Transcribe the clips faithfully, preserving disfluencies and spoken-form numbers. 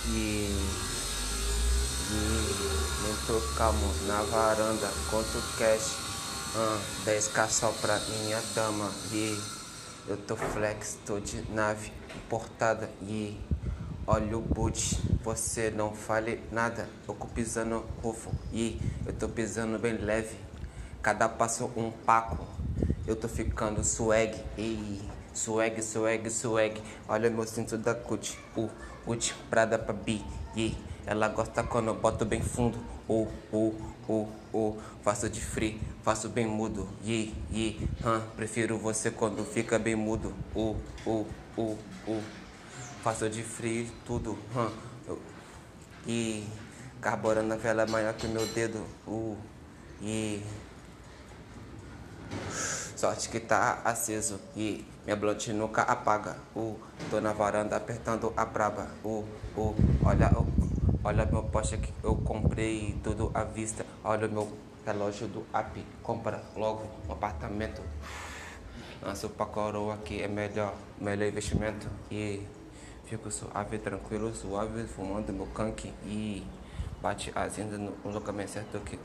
E, e muito calmo na varanda, conto cash, uh, dez k só pra minha dama. E eu tô flex, tô de nave importada. E olha o boot, você não fale nada. Eu tô pisando rufo e eu tô pisando bem leve. Cada passo um paco, eu tô ficando swag. E swag, swag, swag. Olha meu cinto da Gucci, o Gucci Prada pra B. E ela gosta quando eu boto bem fundo. Oh, oh, oh, oh. Faço de free, faço bem mudo. Yeah, yeah, huh. Prefiro você quando fica bem mudo. Oh, oh, oh, oh. Faço de free tudo. Huh. Eu, e carburando a vela maior que o meu dedo. Uh, e sorte que tá aceso e minha blunt nunca apaga. Uh, tô na varanda apertando a braba. Uh, uh, olha, uh, olha meu Porsche que eu comprei tudo à vista. Olha o meu relógio do app. Compra logo um apartamento. Lanço pra coroa que é melhor, melhor investimento. E fico suave, tranquilo, suave, fumando meu canque. E bate as indas no lugar mais certo que...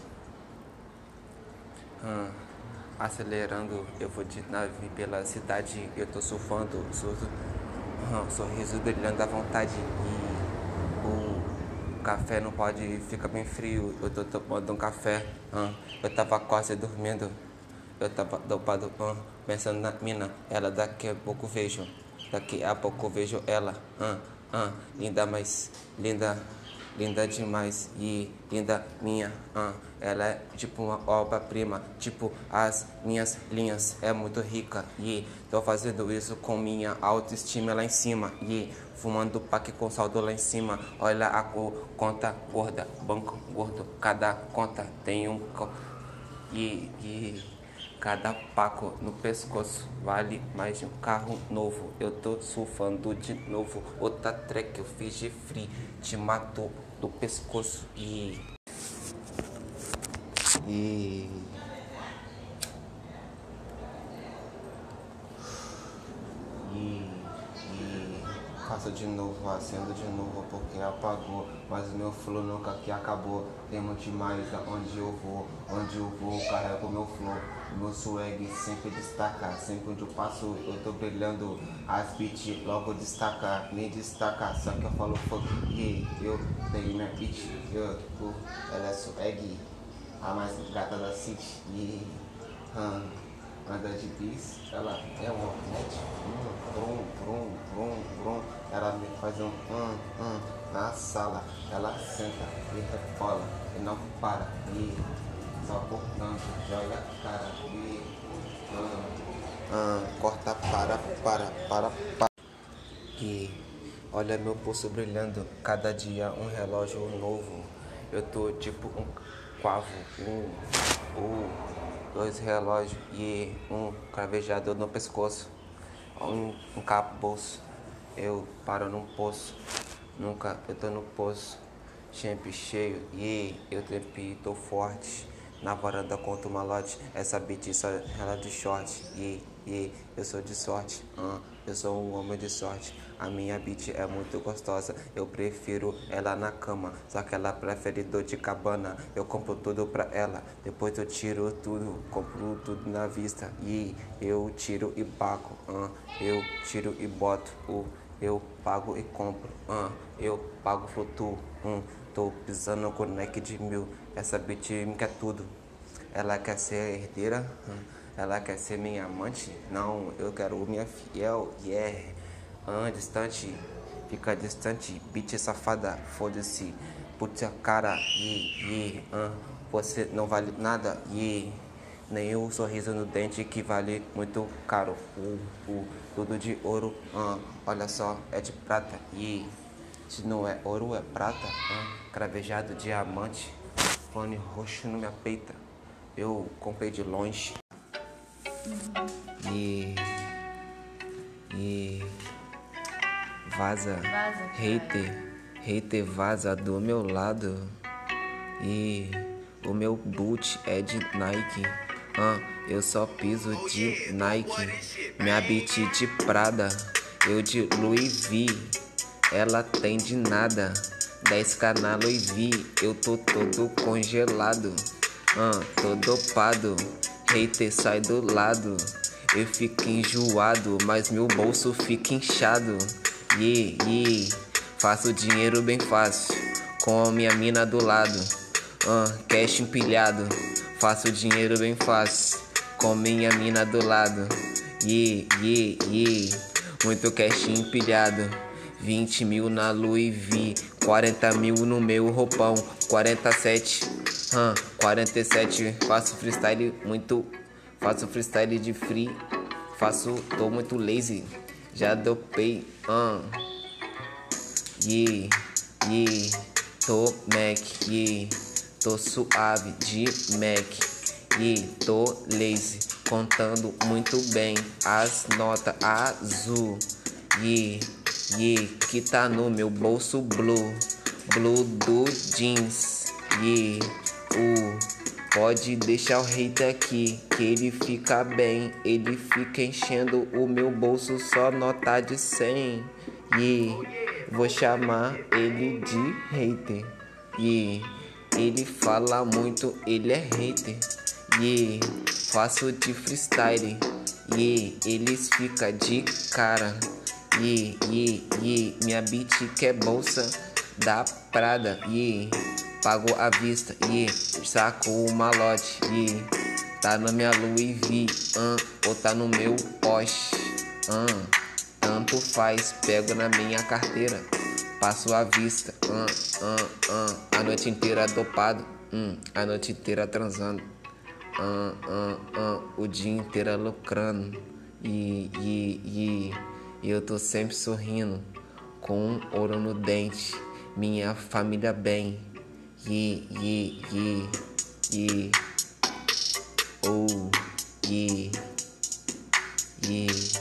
Hum. Acelerando, eu vou de nave pela cidade, eu tô surfando, surfo, uhum, sorriso brilhando à vontade. E o café não pode ficar bem frio, eu tô tomando um café, uhum, eu tava quase dormindo, eu tava dopado, uhum, pensando na mina, ela daqui a pouco vejo, daqui a pouco vejo ela, uhum, uhum, linda, mais linda. Linda demais e linda minha, uh, ela é tipo uma obra-prima, tipo as minhas linhas, é muito rica e tô fazendo isso com minha autoestima lá em cima e fumando pack com saldo lá em cima. Olha a cor, conta gorda, banco gordo, cada conta tem um co e, e cada paco no pescoço vale mais de um carro novo. Eu tô surfando de novo. Outra track eu fiz de free. Te matou do pescoço. E. E. E. E. Faço de novo, acendo de novo porque apagou. Mas o meu flow nunca que acabou. Temo demais aonde eu vou. Onde eu vou, carrego meu flow. Meu swag sempre destaca, sempre onde eu passo eu tô brilhando. As beats logo destaca, me destaca, só que eu falo fuck yeah, eu tenho minha beat, eu, eu, ela é swag, a mais gata da city, e yeah. Anda de bis, ela é uma net, um, brum, brum, brum, brum, ela me faz um hum, hum, na sala, ela senta e rebola e não para, e só por tanto, joga a cara e hum, hum, corta para, para, para, para. E olha meu pulso brilhando, cada dia um relógio novo, eu tô tipo um quavo, um, um, dois relógios e um cravejador no pescoço, um, um capuz, eu paro num poço, nunca eu tô no poço, sempre cheio e eu sempre tô forte. Na varanda conto uma lote, essa beat só ela de short e, e eu sou de sorte, uh, eu sou um homem de sorte. A minha beat é muito gostosa, eu prefiro ela na cama, só que ela prefere dor de cabana. Eu compro tudo pra ela, depois eu tiro tudo, compro tudo na vista e eu tiro e pago, uh, eu tiro e boto, uh, eu pago e compro, uh, eu pago flutuo, um, tô pisando com neck de mil. Essa beat me quer tudo. Ela quer ser herdeira, ela quer ser minha amante. Não, eu quero minha fiel, yeah. Ah, distante, fica distante, bitch safada, foda-se, puta cara, yeah, yeah. Ah, você não vale nada, yeah. Nem o sorriso no dente que vale muito caro, uh, uh, tudo de ouro, ah, olha só, é de prata, yeah. Se não é ouro, é prata, ah, cravejado diamante, fone roxo no minha peita, eu comprei de longe, e e vaza, Vaza, hater, hater vaza do meu lado, e o meu boot é de Nike, ah, eu só piso de Nike, minha beat de Prada, eu de Louis V, ela tem de nada. dez k na Louis V, eu tô todo congelado. Ah, tô dopado, hater sai do lado. Eu fico enjoado, mas meu bolso fica inchado. Yeah, yeah, faço dinheiro bem fácil, com a minha mina do lado. Ah, cash empilhado, faço dinheiro bem fácil, com minha mina do lado. Yeah, yeah, yeah, muito cash empilhado. vinte mil na Louis V, quarenta mil no meu roupão, quarenta e sete, hum, quarenta e sete, faço freestyle muito, faço freestyle de free, faço, tô muito lazy, já dopei, hum, yeah, yeah, tô Mac, yeah, tô suave de Mac, yeah, tô lazy, contando muito bem as notas azul, yeah. Yeah, que tá no meu bolso blue, blue do jeans, yeah, uh, pode deixar o hater aqui, que ele fica bem, ele fica enchendo o meu bolso só nota de cem, yeah, vou chamar ele de hater, yeah, ele fala muito, ele é hater, yeah, faço de freestyle, yeah, eles ficam de cara. Yeah, yeah, yeah, minha beat que é bolsa da Prada, yeah, pago à vista, yeah, saco o malote, yeah, tá na minha Louis V, uh, ou tá no meu Porsche, uh, tanto faz, pego na minha carteira, passo à vista, uh, uh, uh, a noite inteira dopado, uh, a noite inteira transando, uh, uh, uh, o dia inteiro lucrando, yeah, yeah, yeah. E eu tô sempre sorrindo, com ouro no dente, minha família bem. Yeah, yeah, yeah, yeah. Oh, yeah, yeah.